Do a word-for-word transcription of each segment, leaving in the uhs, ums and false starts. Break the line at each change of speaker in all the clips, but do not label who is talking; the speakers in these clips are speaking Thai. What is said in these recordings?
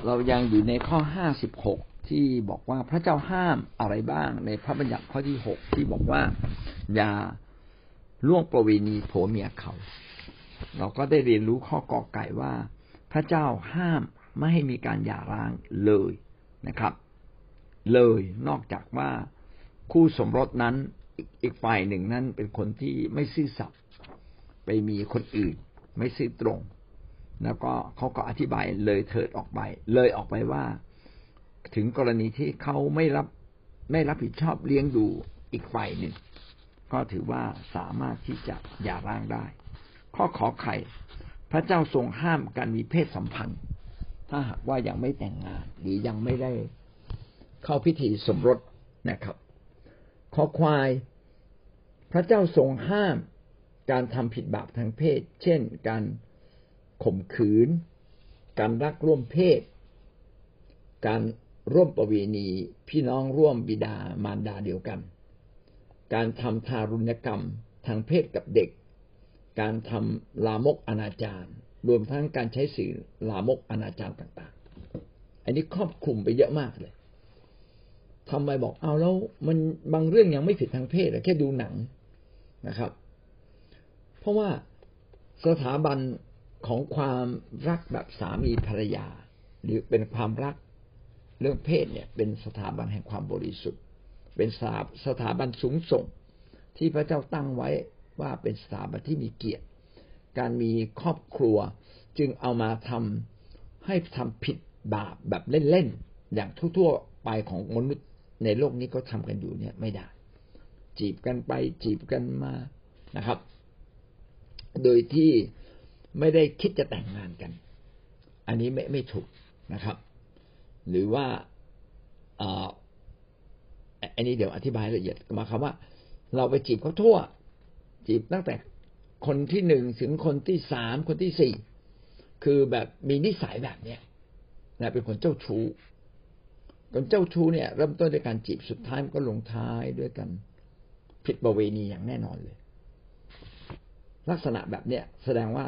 เรายังอยู่ในข้อห้าสิบหกที่บอกว่าพระเจ้าห้ามอะไรบ้างในพระบัญญัติข้อที่หกที่บอกว่าอย่าล่วงประเวณีผัวเมียเขาเราก็ได้เรียนรู้ข้อกอไก่ว่าพระเจ้าห้ามไม่ให้มีการหย่าร้างเลยนะครับเลยนอกจากว่าคู่สมรสนั้นอีกฝ่ายหนึ่งนั้นเป็นคนที่ไม่ซื่อสัตย์ไปมีคนอื่นไม่ซื่อตรงแล้วก็เขาก็อธิบายเลยเถิดออกไปเลยออกไปว่าถึงกรณีที่เขาไม่รับไม่รับผิดชอบเลี้ยงดูอีกฝ่ายหนึ่งก็ถือว่าสามารถที่จะหย่าร้างได้ข้อขอไข่พระเจ้าทรงห้ามการมีเพศสัมพันธ์ถ้าหากว่ายังไม่แต่งงานหรือยังไม่ได้เข้าพิธีสมรสนะครับข้อควายพระเจ้าทรงห้ามการทำผิดบาปทางเพศเช่นการข่มขืนการรักร่วมเพศการร่วมประเวณีพี่น้องร่วมบิดามารดาเดียวกันการทำทารุณกรรมทางเพศกับเด็กการทำลามกอนาจารรวมทั้งการใช้สื่อลามกอนาจารต่างๆอันนี้ครอบคลุมไปเยอะมากเลยทำไมบอกเอาแล้วมันบางเรื่องยังไม่ผิดทางเพศแค่ดูหนังนะครับเพราะว่าสถาบันของความรักแบบสามีภรรยาหรือเป็นความรักเรื่องเพศเนี่ยเป็นสถาบันแห่งความบริสุทธิ์เป็นสถาบันสูงส่งที่พระเจ้าตั้งไว้ว่าเป็นสถาบันที่มีเกียรติการมีครอบครัวจึงเอามาทำให้ทำผิดบาปแบบเล่นๆอย่างทั่วๆไปของมนุษย์ในโลกนี้ก็ทำกันอยู่เนี่ยไม่ได้จีบกันไปจีบกันมานะครับโดยที่ไม่ได้คิดจะแต่งงานกันอันนี้ไม่ไม่ถูกนะครับหรือว่าอ่าอันนี้เดี๋ยวอธิบายละเอียดมาคำว่าเราไปจีบเขาทั่วจีบตั้งแต่คนที่หนึ่งถึงคนที่สามคนที่สี่คือแบบมีนิสัยแบบเนี้ยนะเป็นคนเจ้าชู้คนเจ้าชู้เนี่ยเริ่มต้นด้วยการจีบสุดท้ายมันก็ลงท้ายด้วยกันผิดประเวณีอย่างแน่นอนเลยลักษณะแบบเนี้ยแสดงว่า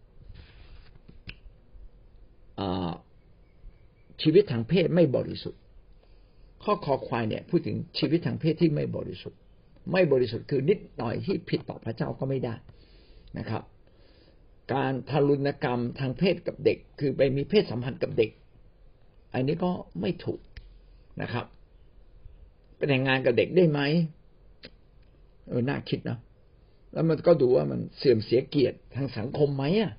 ชีวิตทางเพศไม่บริสุทธิ์ข้อคอควายเนี่ยพูดถึงชีวิตทางเพศที่ไม่บริสุทธิ์ไม่บริสุทธิ์คือนิดหน่อยที่ผิดต่อพระเจ้าก็ไม่ได้นะครับการทารุณกรรมทางเพศกับเด็กคือไปมีเพศสัมพันธ์กับเด็กอันนี้ก็ไม่ถูกนะครับไปแต่งงานกับเด็กได้ไหมเออน่าคิดนะแล้วมันก็ดูว่ามันเสื่อมเสียเกียรติทางสังคมไหมอ่ะ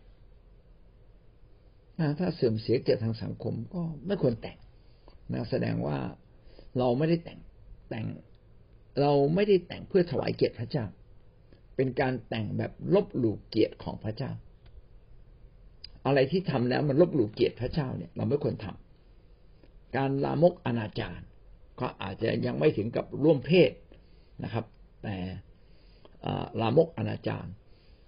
ถ้าเสื่อมเสียเกียรติทางสังคมก็ไม่ควรแต่งนะแสดงว่าเราไม่ได้แต่งแต่งเราไม่ได้แต่งเพื่อถวายเกียรติพระเจ้าเป็นการแต่งแบบลบหลู่เกียรติของพระเจ้าอะไรที่ทำแล้วมันลบหลู่เกียรติพระเจ้าเนี่ยเราไม่ควรทำการลามกอนาจารก็อาจจะยังไม่ถึงกับร่วมเพศนะครับแต่ลามกอนาจาร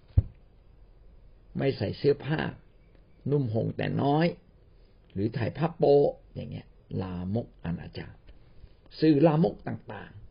ไม่ใส่เสื้อผ้านุ่มห่มแต่น้อยหรือถ่ายภาพโป๊อย่างเงี้ยลามกอนาจารสื่อลามกต่าง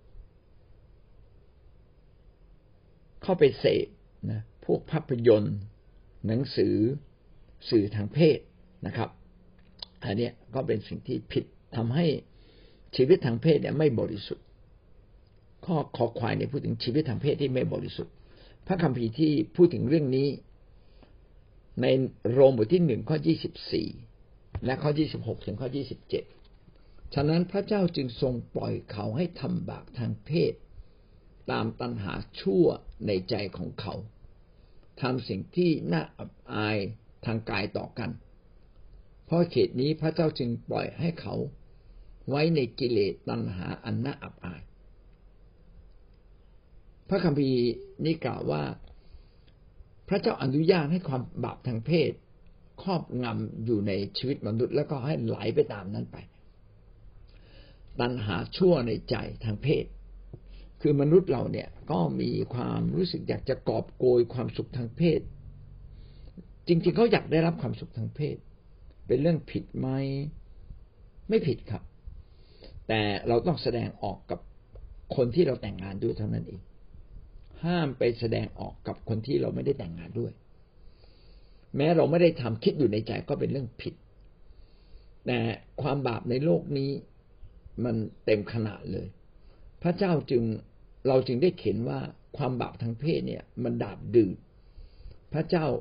ๆเข้าไปเสพนะพวกภาพยนตร์หนังสือสื่อทางเพศนะครับอันนี้ก็เป็นสิ่งที่ผิดทำให้ชีวิตทางเพศเนี่ยไม่บริสุทธิ์ข้อคอควายเนี่ยพูดถึงชีวิตทางเพศที่ไม่บริสุทธิ์พระคัมภีร์ที่พูดถึงเรื่องนี้ในโรมบทที่หนึ่งข้อยี่สิบสี่และข้อยี่สิบหกถึงข้อยี่สิบเจ็ดฉะนั้นพระเจ้าจึงทรงปล่อยเขาให้ทำบาปทางเพศตามตัณหาชั่วในใจของเขาทำสิ่งที่น่าอับอายทางกายต่อกันเพราะเหตุนี้พระเจ้าจึงปล่อยให้เขาไว้ในกิเลสตัณหาอันน่าอับอายพระคัมภีร์นี้กล่าวว่าพระเจ้าอนุญาตให้ความบาปทางเพศครอบงำอยู่ในชีวิตมนุษย์แล้วก็ให้ไหลไปตามนั้นไปตัณหาชั่วในใจทางเพศคือมนุษย์เราเนี่ยก็มีความรู้สึกอยากจะกอบโกยความสุขทางเพศจริงๆเขาอยากได้รับความสุขทางเพศเป็นเรื่องผิดไหมไม่ผิดครับแต่เราต้องแสดงออกกับคนที่เราแต่งงานด้วยเท่านั้นเองห้ามไปแสดงออกกับคนที่เราไม่ได้แต่งงานด้วยแม้เราไม่ได้ทำคิดอยู่ในใจก็เป็นเรื่องผิดแต่ความบาปในโลกนี้มันเต็มขนาดเลยพระเจ้าจึงเราจึงได้เห็นว่าความบาปทางเพศเนี่ยมันดาบดื้อพระเจ้า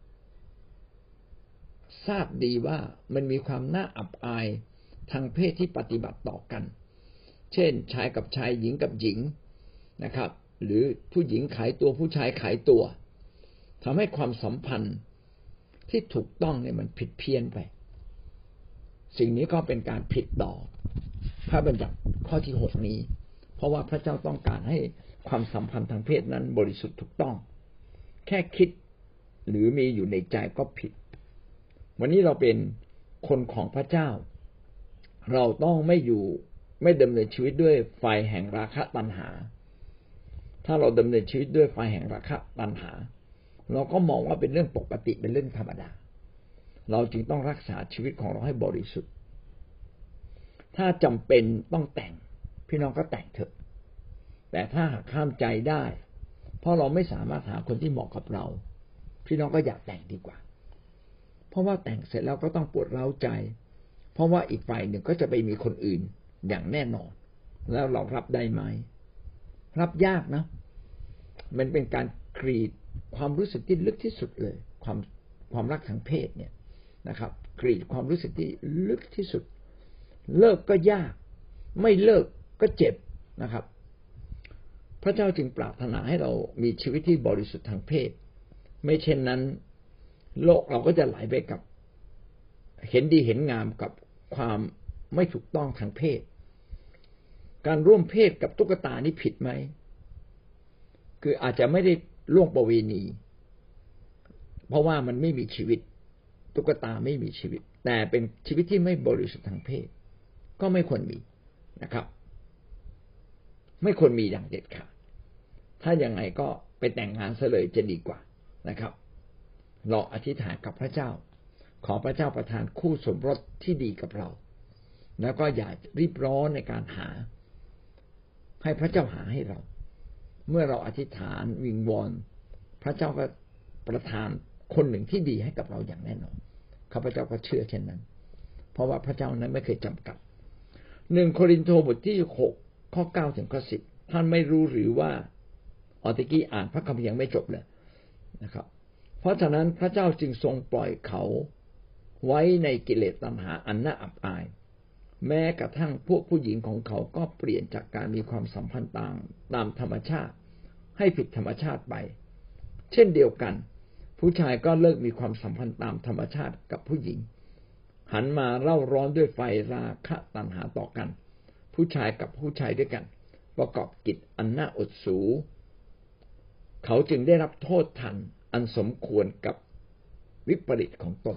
ทราบดีว่ามันมีความน่าอับอายทางเพศที่ปฏิบัติต่อกันเช่นชายกับชายหญิงกับหญิงนะครับหรือผู้หญิงขายตัวผู้ชายขายตัวทำให้ความสัมพันธ์ที่ถูกต้องเนี่ยมันผิดเพี้ยนไปสิ่งนี้ก็เป็นการผิดต่อพระบัญญัติข้อที่หกนี้เพราะว่าพระเจ้าต้องการให้ความสัมพันธ์ทางเพศนั้นบริสุทธิ์ถูกต้องแค่คิดหรือมีอยู่ในใจก็ผิดวันนี้เราเป็นคนของพระเจ้าเราต้องไม่อยู่ไม่ดำเนินชีวิตด้วยไฟแห่งราคะตัณหาถ้าเราดำเนินชีวิตด้วยไฟแห่งราคะตัณหาเราก็มองว่าเป็นเรื่องปกติเป็นเรื่องธรรมดาเราจึงต้องรักษาชีวิตของเราให้บริสุทธิ์ถ้าจำเป็นต้องแต่งพี่น้องก็แต่งเถอะแต่ถ้าหากห้ามใจได้เพราะเราไม่สามารถหาคนที่เหมาะกับเราพี่น้องก็อย่าแต่งดีกว่าเพราะว่าแต่งเสร็จแล้วก็ต้องปวดร้าวใจเพราะว่าอีกฝ่ายหนึ่งก็จะไปมีคนอื่นอย่างแน่นอนแล้วเรารับได้ไหมรับยากนะมันเป็นการกรีดความรู้สึกที่ลึกที่สุดเลยความความรักทางเพศเนี่ยนะครับกรีดความรู้สึกที่ลึกที่สุดเลิกก็ยากไม่เลิกก็เจ็บนะครับพระเจ้าจึงปรารถนาให้เรามีชีวิตที่บริสุทธิ์ทางเพศไม่เช่นนั้นโลกเราก็จะไหลไปกับเห็นดีเห็นงามกับความไม่ถูกต้องทางเพศการร่วมเพศกับตุ๊กตานี่ผิดไหมคืออาจจะไม่ได้ล่วงประเวณีเพราะว่ามันไม่มีชีวิตตุ๊กตาไม่มีชีวิตแต่เป็นชีวิตที่ไม่บริสุทธิ์ทางเพศก็ไม่ควรมีนะครับไม่ควรมีอย่างเด็ดขาดถ้าอย่างไรก็ไปแต่งงานซะเลยจะดีกว่านะครับเราอธิษฐานกับพระเจ้าขอพระเจ้าประทานคู่สมรสที่ดีกับเราแล้วก็อย่ารีบร้อนในการหาให้พระเจ้าหาให้เราเมื่อเราอธิษฐานวิงวอนพระเจ้าก็ประทานคนหนึ่งที่ดีให้กับเราอย่างแน่นอนข้าพเจ้าก็เชื่อเช่นนั้นเพราะว่าพระเจ้านั้นไม่เคยจำกัดหนึ่งโครินธ์บทที่หกข้อเก้าถึงข้อสิบท่านไม่รู้หรือว่าออติกี้อ่านพระคัมภีร์ยังไม่จบเลยนะครับเพราะฉะนั้นพระเจ้าจึงทรงปล่อยเขาไว้ในกิเลสตัณหาอันน่าอับอายแม้กระทั่งพวกผู้หญิงของเขาก็เปลี่ยนจากการมีความสัมพันธ์ตามตามธรรมชาติให้ผิดธรรมชาติไปเช่นเดียวกันผู้ชายก็เลิกมีความสัมพันธ์ตามธรรมชาติกับผู้หญิงหันมาเร่าร้อนด้วยไฟราคะตัณหาต่อกันผู้ชายกับผู้ชายด้วยกันประกอบกิจอันน่าอดสูเขาจึงได้รับโทษทันอันสมควรกับวิปริตของตน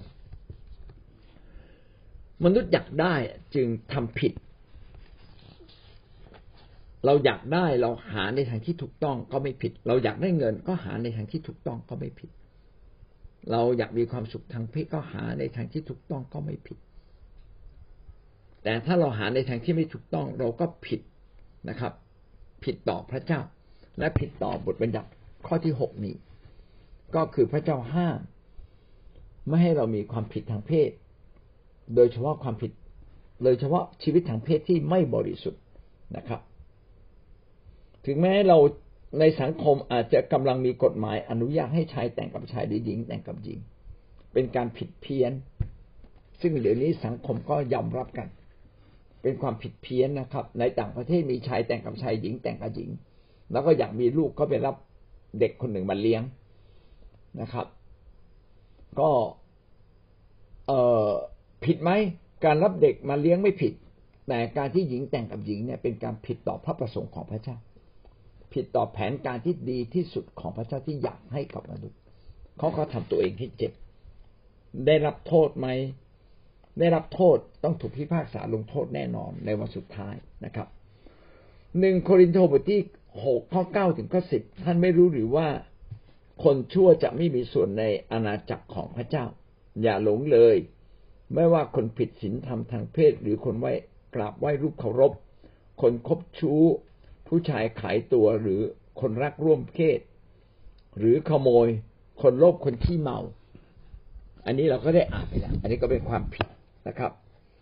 มนุษย์อยากได้จึงทำผิดเราอยากได้เราหาในทางที่ถูกต้องก็ไม่ผิดเราอยากได้เงินก็หาในทางที่ถูกต้องก็ไม่ผิดเราอยากมีความสุขทางเพศก็หาในทางที่ถูกต้องก็ไม่ผิดแต่ถ้าเราหาในทางที่ไม่ถูกต้องเราก็ผิดนะครับผิดต่อพระเจ้าและผิดต่อบทบัญญัติข้อที่หกนี้ก็คือพระเจ้าห้ามไม่ให้เรามีความผิดทางเพศโดยเฉพาะความผิดโดยเฉพาะชีวิตทางเพศที่ไม่บริสุทธิ์นะครับถึงแม้เราในสังคมอาจจะกำลังมีกฎหมายอนุญาตให้ชายแต่งกับชายหรือหญิงแต่งกับหญิงเป็นการผิดเพี้ยนซึ่งเดี๋ยวนี้สังคมก็ยอมรับกันเป็นความผิดเพี้ยนนะครับในต่างประเทศมีชายแต่งกับชายหญิงแต่งกับหญิงแล้วก็อยากมีลูกก็ไปรับเด็กคนหนึ่งมาเลี้ยงนะครับก็เอ่อผิดไหมการรับเด็กมาเลี้ยงไม่ผิดแต่การที่หญิงแต่งกับหญิงเนี่ยเป็นการผิดต่อพระประสงค์ของพระเจ้าผิดต่อแผนการที่ดีที่สุดของพระเจ้าที่อยากให้กับมนุษย์เขาก็ทำตัวเองให้เจ็บได้รับโทษไหมได้รับโทษต้องถูกพิพากษาลงโทษแน่นอนในวันสุดท้ายนะครับหนึ่งโครินธ์บทที่หกข้อเก้าถึงข้อสิบท่านไม่รู้หรือว่าคนชั่วจะไม่มีส่วนในอาณาจักรของพระเจ้าอย่าหลงเลยไม่ว่าคนผิดศีลธรรมทางเพศหรือคนไหว้กราบไหว้รูปเคารพคนคบชู้ผู้ชายขายตัวหรือคนรักร่วมเพศหรือขโมยคนโลภคนขี้เมาอันนี้เราก็ได้อ่านไปแล้วอันนี้ก็เป็นความผิดนะครับ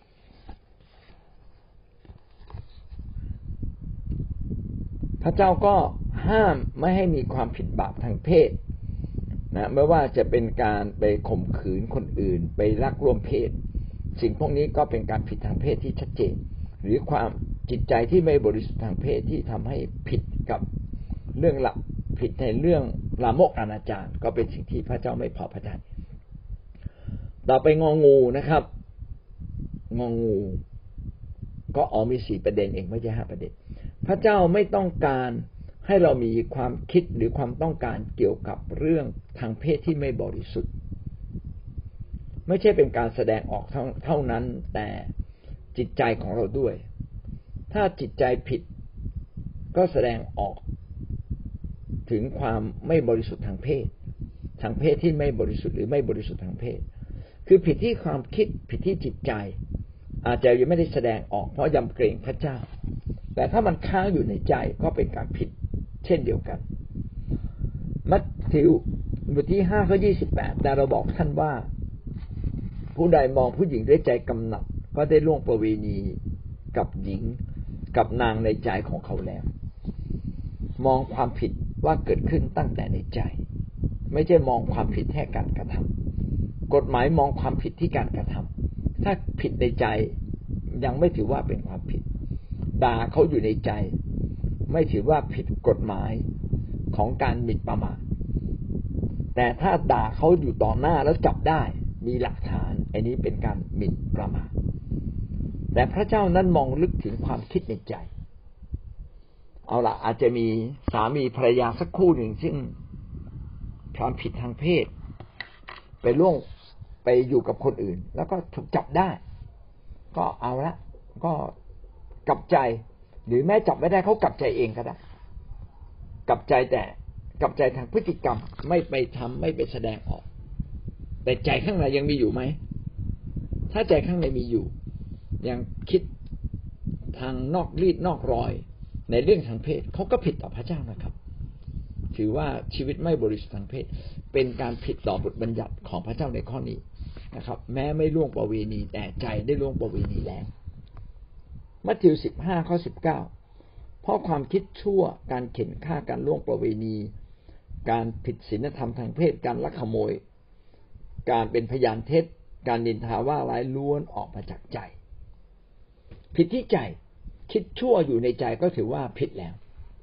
พระเจ้าก็ห้ามไม่ให้มีความผิดบาปทางเพศนะไม่ว่าจะเป็นการไปข่มขืนคนอื่นไปลักร่วมเพศสิ่งพวกนี้ก็เป็นการผิดทางเพศที่ชัดเจนหรือความจิตใจที่ไม่บริสุทธิ์ทางเพศที่ทำให้ผิดกับเรื่องหลักผิดในเรื่องลามกอนาจารก็เป็นสิ่งที่พระเจ้าไม่พอพระทัยต่อไปงองูนะครับงองูก็อ๋อมีสี่ประเด็นเองไม่ใช่ห้าประเด็นพระเจ้าไม่ต้องการให้เรามีความคิดหรือความต้องการเกี่ยวกับเรื่องทางเพศที่ไม่บริสุทธิ์ไม่ใช่เป็นการแสดงออกเท่านั้นแต่จิตใจของเราด้วยถ้าจิตใจผิดก็แสดงออกถึงความไม่บริสุทธิ์ทางเพศทางเพศที่ไม่บริสุทธิ์หรือไม่บริสุทธิ์ทางเพศคือผิดที่ความคิดผิดที่จิตใจอาจจะยังไม่ได้แสดงออกเพราะยำเกรงพระเจ้าแต่ถ้ามันค้างอยู่ในใจก็เป็นการผิดเช่นเดียวกันมัทธิวบทที่ห้าข้อยี่สิบแปดแต่เราบอกท่านว่าผู้ใดมองผู้หญิงด้วยใจกำหนัดก็ได้ล่วงประเวณีกับหญิงกับนางในใจของเขาแล้วมองความผิดว่าเกิดขึ้นตั้งแต่ในใจไม่ใช่มองความผิดแค่การกระทำกฎหมายมองความผิดที่การกระทำถ้าผิดในใจยังไม่ถือว่าเป็นความผิดด่าเขาอยู่ในใจไม่ถือว่าผิดกฎหมายของการหมิ่นประมาทแต่ถ้าด่าเขาอยู่ต่อหน้าแล้วจับได้มีหลักฐานอันนี้เป็นการหมิ่นประมาทแต่พระเจ้านั้นมองลึกถึงความคิดในใจเอาล่ะอาจจะมีสามีภรรยาสักคู่หนึ่งซึ่งความผิดทางเพศไปล่วงไปอยู่กับคนอื่นแล้วก็ถูกจับได้ก็เอาละก็กลับใจหรือแม้จับไม่ได้เขากลับใจเองก็ได้กลับใจแต่กลับใจทางพฤติกรรมไม่ไปทำไม่ไปแสดงออกแต่ใจข้างในยังมีอยู่ไหมถ้าใจข้างในมีอยู่ยังคิดทางนอกรีดนอกรอยในเรื่องทางเพศเขาก็ผิดต่อพระเจ้านะครับถือว่าชีวิตไม่บริสุทธิ์ทางเพศเป็นการผิดต่อบทบัญญัติของพระเจ้าในข้อนี้นะครับแม้ไม่ล่วงประเวณีแต่ใจได้ล่วงประเวณีแล้วมัทธิวสิบห้าข้อสิบเก้าเพราะความคิดชั่วการเข็นฆ่าการล่วงประเวณีการผิดศีลธรรมทางเพศการลักขโมยการเป็นพยานเท็จการนินทาว่าร้ายล้วนออกมาจากใจผิดที่ใจคิดชั่วอยู่ในใจก็ถือว่าผิดแล้ว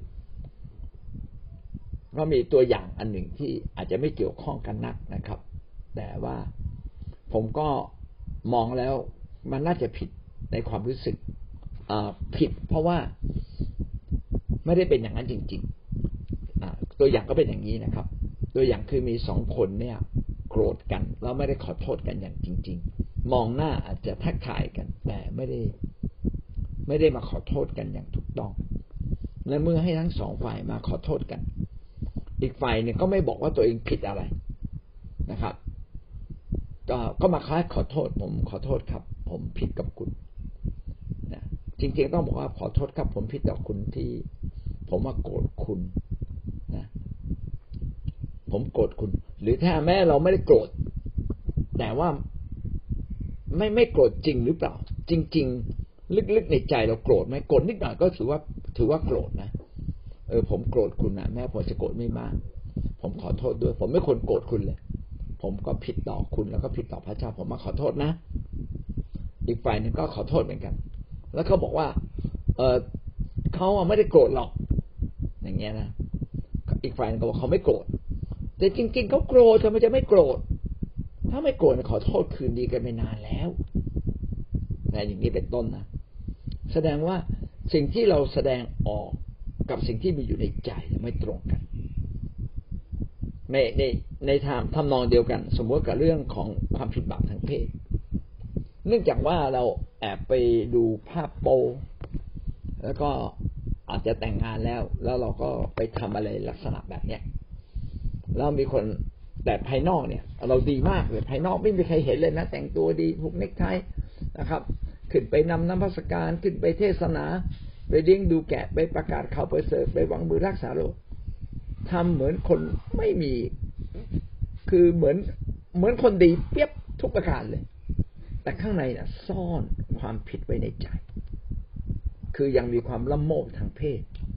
ก็มีตัวอย่างอันหนึ่งที่อาจจะไม่เกี่ยวข้องกันนักนะครับแต่ว่าผมก็มองแล้วมันน่าจะผิดในความรู้สึกผิดเพราะว่าไม่ได้เป็นอย่างนั้นจริงๆตัวอย่างก็เป็นอย่างนี้นะครับตัวอย่างคือมีสองคนเนี่ยโกรธกันแล้วไม่ได้ขอโทษกันอย่างจริงๆมองหน้าอาจจะทักทายกันแต่ไม่ได้ไม่ได้มาขอโทษกันอย่างถูกต้องและเมื่อให้ทั้งสองฝ่ายมาขอโทษกันอีกฝ่ายเนี่ยก็ไม่บอกว่าตัวเองผิดอะไรนะครับก็ก็มาค้าขอโทษผมขอโทษครับผมผิดกับคุณนะจริงๆต้องบอกว่าขอโทษครับผมผิดต่อคุณที่ผมมาโกรธคุณนะผมโกรธคุณหรือถ้าแม้เราไม่ได้โกรธแต่ว่าไม่ไม่โกรธจริงหรือเปล่าจริงๆลึกๆในใจเราโกรธไหมโกรธนิดหน่อยก็ถือว่าถือว่าโกรธนะเออผมโกรธคุณนะแม้ผมจะโกรธไม่มากผมขอโทษด้วยผมไม่ควรโกรธคุณเลยผมก็ผิดต่อคุณแล้วก็ผิดต่อพระเจ้าผมมาขอโทษนะอีกฝ่ายนึงก็ขอโทษเหมือนกันแล้วเขาบอกว่าเออเขาไม่ได้โกรธหรอกอย่างเงี้ยนะอีกฝ่ายนึงก็บอกเขาไม่โกรธแต่จริงๆเขาโกรธทำไมจะไม่โกรธถ้าไม่โกรธขอโทษคืนดีกันไม่นานแล้วแต่อย่างนี้เป็นต้นนะแสดงว่าสิ่งที่เราแสดงออกกับสิ่งที่มีอยู่ในใจไม่ตรงกันในในในทางทำนองเดียวกันสมมติกับเรื่องของความผิดบาปทางเพศเนื่องจากว่าเราแอบไปดูภาพโป๊แล้วก็อาจจะแต่งงานแล้วแล้วเราก็ไปทำอะไรลักษณะแบบเนี้ยแล้วมีคนแต่ภายนอกเนี่ยเราดีมากเลยภายนอกไม่มีใครเห็นเลยนะแต่งตัวดีผูกเนคไทนะครับขึ้นไปนำนมัสการขึ้นไปเทศนาไปเลี้ยงดูแกะไปประกาศข่าวประเสริฐไปหวังมือรักษาโรคทำเหมือนคนไม่มีคือเหมือนเหมือนคนดีเปียบทุกประการเลยแต่ข้างในน่ะซ่อนความผิดไว้ในใจคือยังมีความละโมบทางเพศ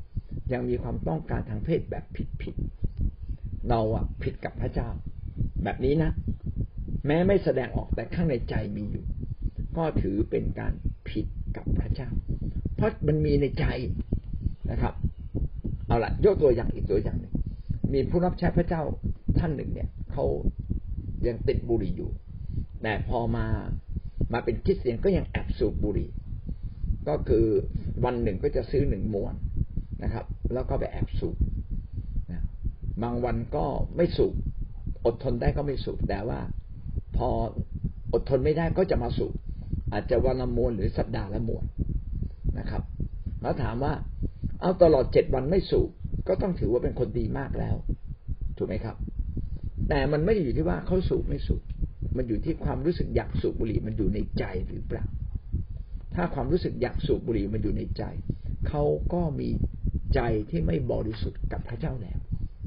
ยังมีความต้องการทางเพศแบบผิดๆเราอ่ะผิดกับพระเจ้าแบบนี้นะแม้ไม่แสดงออกแต่ข้างในใจมีอยู่ก็ถือเป็นการผิดกับพระเจ้าเพราะมันมีในใจนะครับเอาล่ะยกตัวอย่างอีกตัวอย่างหนึ่งมีผู้รับใช้พระเจ้าท่านหนึ่งเนี่ยเขายังติดบุหรี่อยู่แต่พอมามาเป็นคริสเตียนก็ยังแอบสูบบุหรี่ก็คือวันหนึ่งก็จะซื้อหนึ่งมวนนะครับแล้วก็ไปแอบสูบนะบางวันก็ไม่สูบอดทนได้ก็ไม่สูบแต่ว่าพออดทนไม่ได้ก็จะมาสูบอาจจะวันละมวนหรือสัปดาห์ละมวนนะครับแล้วถามว่าเอาตลอดเจ็ดวันไม่สูบก็ต้องถือว่าเป็นคนดีมากแล้วถูกไหมครับแต่มันไม่ได้อยู่ที่ว่าเขาสูบไม่สูบมันอยู่ที่ความรู้สึกอยากสูบบุหรี่มันอยู่ในใจหรือเปล่าถ้าความรู้สึกอยากสูบบุหรี่มันอยู่ในใจเขาก็มีใจที่ไม่บริสุทธิ์กับพระเจ้าแล้ว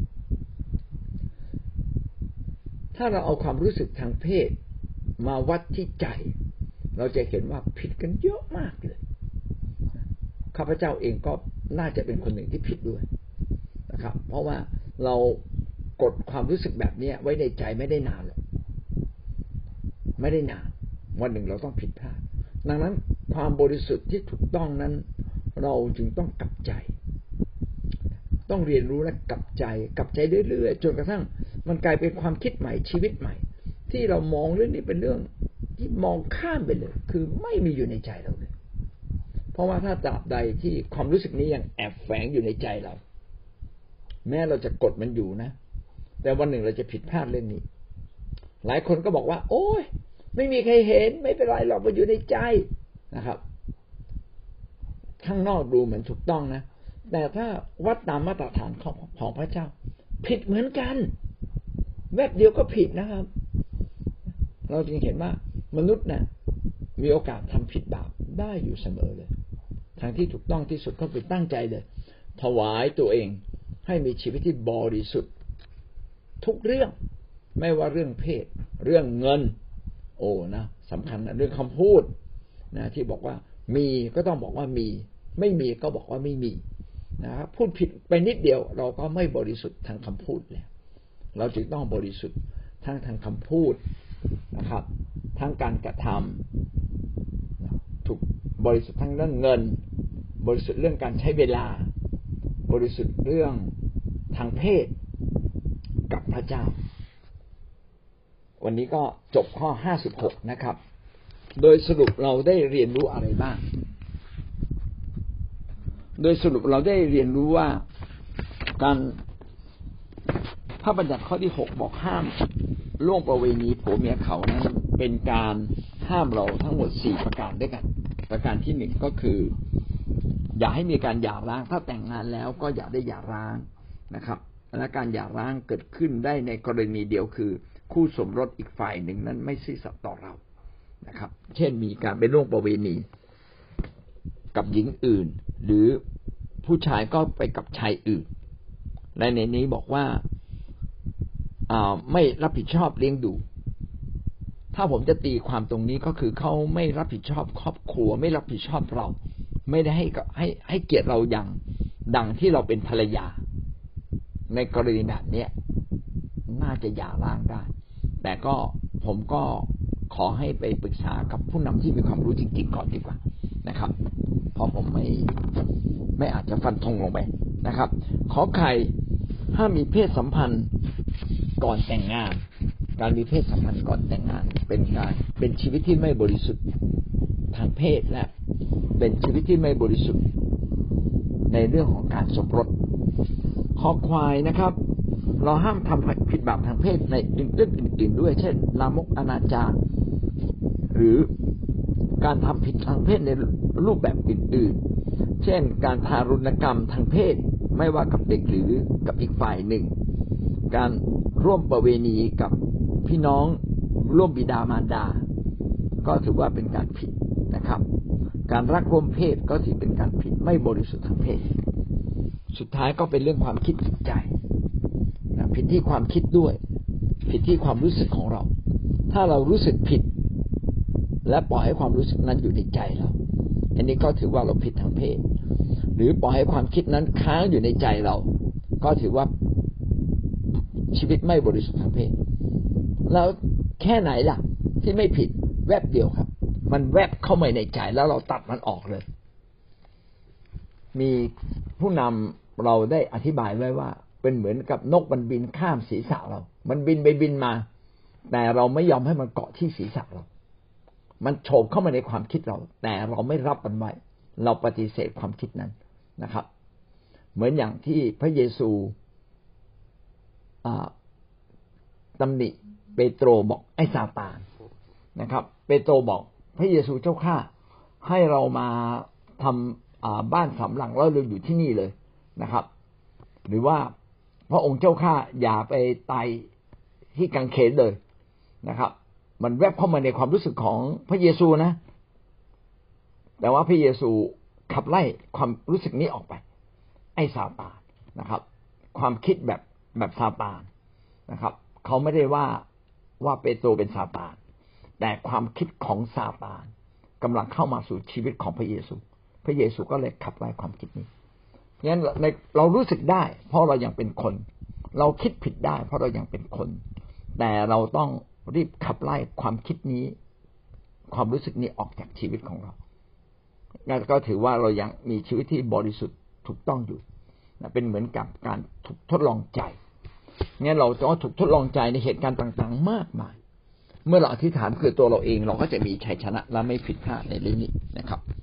ถ้าเราเอาความรู้สึกทางเพศมาวัดที่ใจเราจะเห็นว่าผิดกันเยอะมากเลยข้าพเจ้าเองก็น่าจะเป็นคนหนึ่งที่ผิดด้วยนะครับเพราะว่าเรากดความรู้สึกแบบนี้ไว้ในใจไม่ได้นานหรอกไม่ได้นานวันหนึ่งเราต้องผิดพลาดดังนั้นความบริสุทธิ์ที่ถูกต้องนั้นเราจึงต้องกลับใจต้องเรียนรู้และกลับใจกลับใจเรื่อยๆจนกระทั่งมันกลายเป็นความคิดใหม่ชีวิตใหม่ที่เรามองเรื่องนี้เป็นเรื่องที่มองข้ามไปเลยคือไม่มีอยู่ในใจเราเลยเพราะว่าถ้าตราบใดที่ความรู้สึกนี้ยังแอบแฝงอยู่ในใจเราแม้เราจะกดมันอยู่นะแต่วันหนึ่งเราจะผิดพลาดเรื่องนี้หลายคนก็บอกว่าโอ๊ยไม่มีใครเห็นไม่เป็นไรหรอกมันอยู่ในใจนะครับข้างนอกดูเหมือนถูกต้องนะแต่ถ้าวัดตามมาตรฐานของของพระเจ้าผิดเหมือนกันแวบเดียวก็ผิดนะครับเราจึงเห็นว่ามนุษย์เนี่ยมีโอกาสทำผิดบาปได้อยู่เสมอเลยทางที่ถูกต้องที่สุดก็คือตั้งใจเลยถวายตัวเองให้มีชีวิตที่บริสุทธิ์ทุกเรื่องไม่ว่าเรื่องเพศเรื่องเงินโอ้นะสำคัญนะเรื่องคำพูดนะที่บอกว่ามีก็ต้องบอกว่ามีไม่มีก็บอกว่าไม่มีนะครับพูดผิดไปนิดเดียวเราก็ไม่บริสุทธิ์ทางคำพูดแล้วเราจึงต้องบริสุทธิ์ทั้งทางคำพูดนะครับทั้งการกระทำถูกบริสุทธิ์ทั้งเรื่องเงินบริสุทธิ์เรื่องการใช้เวลาบริสุทธิ์เรื่องทางเพศกับพระเจ้าวันนี้ก็จบข้อห้าสิบหกนะครับโดยสรุปเราได้เรียนรู้อะไรบ้างโดยสรุปเราได้เรียนรู้ว่าการพระบัญญัติข้อที่หกบอกห้ามล่วงประเวณีผัวเมียเขานั้นเป็นการห้ามเราทั้งหมดสี่ประการด้วยกันประการที่หนึ่งก็คืออย่าให้มีการหย่าร้างถ้าแต่งงานแล้วก็อย่าได้หย่าร้างนะครับและการหย่าร้างเกิดขึ้นได้ในกรณีเดียวคือคู่สมรสอีกฝ่ายหนึ่งนั้นไม่ซื่อสัตย์ต่อเรานะครับเช่นมีการไปล่วงประเวณีกับหญิงอื่นหรือผู้ชายก็ไปกับชายอื่นและในนี้บอกว่าอ่าไม่รับผิดชอบเลี้ยงดูถ้าผมจะตีความตรงนี้ก็คือเขาไม่รับผิดชอบครอบครัวไม่รับผิดชอบเราไม่ได้ให้ให้ให้เกียรติเราอย่างดังที่เราเป็นภรรยาในกรณีแบบนี้น่าจะหย่าร้างได้แต่ก็ผมก็ขอให้ไปปรึกษากับผู้นำที่มีความรู้จริงๆก่อนดีกว่านะครับเพราะผมไม่ไม่อาจจะฟันธงลงไปนะครับขอไข่ห้ามมีเพศสัมพันธ์ก่อนแต่งงานการมีเพศสัมพันธ์ก่อนแต่งงานเป็นการเป็นชีวิตที่ไม่บริสุทธิ์ทางเพศและเป็นชีวิตที่ไม่บริสุทธิ์ในเรื่องของการสมรสคอควายนะครับเราห้ามทำผิดบาปทางเพศในเรื่องอื่นๆด้วยเช่นลามกอนาจารหรือการทำผิดทางเพศในรูปแบบอื่นๆเช่นการทารุณกรรมทางเพศไม่ว่ากับเด็กหรือกับอีกฝ่ายหนึ่งการร่วมประเวณีกับพี่น้องร่วมบิดามารดาก็ถือว่าเป็นการผิดนะครับการรักร่วมเพศก็ถือเป็นการผิดไม่บริสุทธิ์ทางเพศสุดท้ายก็เป็นเรื่องความคิดจิตใจนะผิดที่ความคิดด้วยผิดที่ความรู้สึกของเราถ้าเรารู้สึกผิดและปล่อยให้ความรู้สึกนั้นอยู่ในใจเราอันนี้ก็ถือว่าเราผิดทางเพศหรือปล่อยให้ความคิดนั้นค้างอยู่ในใจเราก็ถือว่าชีวิตไม่บริสุทธิ์ทางเพศแล้วแค่ไหนล่ะที่ไม่ผิดแวบเดียวครับมันแวบเข้ามาในใจแล้วเราตัดมันออกเลยมีผู้นำเราได้อธิบายไว้ว่าเป็นเหมือนกับนกมันบินข้ามศีรษะเรามันบินไปบินมาแต่เราไม่ยอมให้มันเกาะที่ศีรษะเรามันโฉบเข้ามาในความคิดเราแต่เราไม่รับมันไว้เราปฏิเสธความคิดนั้นนะครับเหมือนอย่างที่พระเยซูตำหนิเปโตรบอกไอ้ซาตานนะครับเปโตรบอกพระเยซูเจ้าข้าให้เรามาทำบ้านสำหลังแล้วเราอยู่ที่นี่เลยนะครับหรือว่าพระองค์เจ้าข้าอย่าไปตายที่กางเขนเลยนะครับมันแวบเข้ามาในความรู้สึกของพระเยซูนะแต่ว่าพระเยซูขับไล่ความรู้สึกนี้ออกไปไอ้ซาตานนะครับความคิดแบบแบบซาตานนะครับเขาไม่ได้ว่าว่าเปโตรเป็นซาตานแต่ความคิดของซาตานกำลังเข้ามาสู่ชีวิตของพระเยซูพระเยซูก็เลยขับไล่ความคิดนี้งั้นเรารู้สึกได้เพราะเรายังเป็นคนเราคิดผิดได้เพราะเรายังเป็นคนแต่เราต้องรีบขับไล่ความคิดนี้ความรู้สึกนี้ออกจากชีวิตของเรางั้นก็ถือว่าเรายังมีชีวิตที่บริสุทธิ์ถูกต้องอยู่เป็นเหมือนกับการถูกทดลองใจงั้นเราต้องถูกทดลองใจในเหตุการณ์ต่างๆมากมายเมื่อเราอธิษฐานคือตัวเราเองเราก็จะมีชัยชนะและไม่ผิดพลาดในเรื่องนี้นะครับ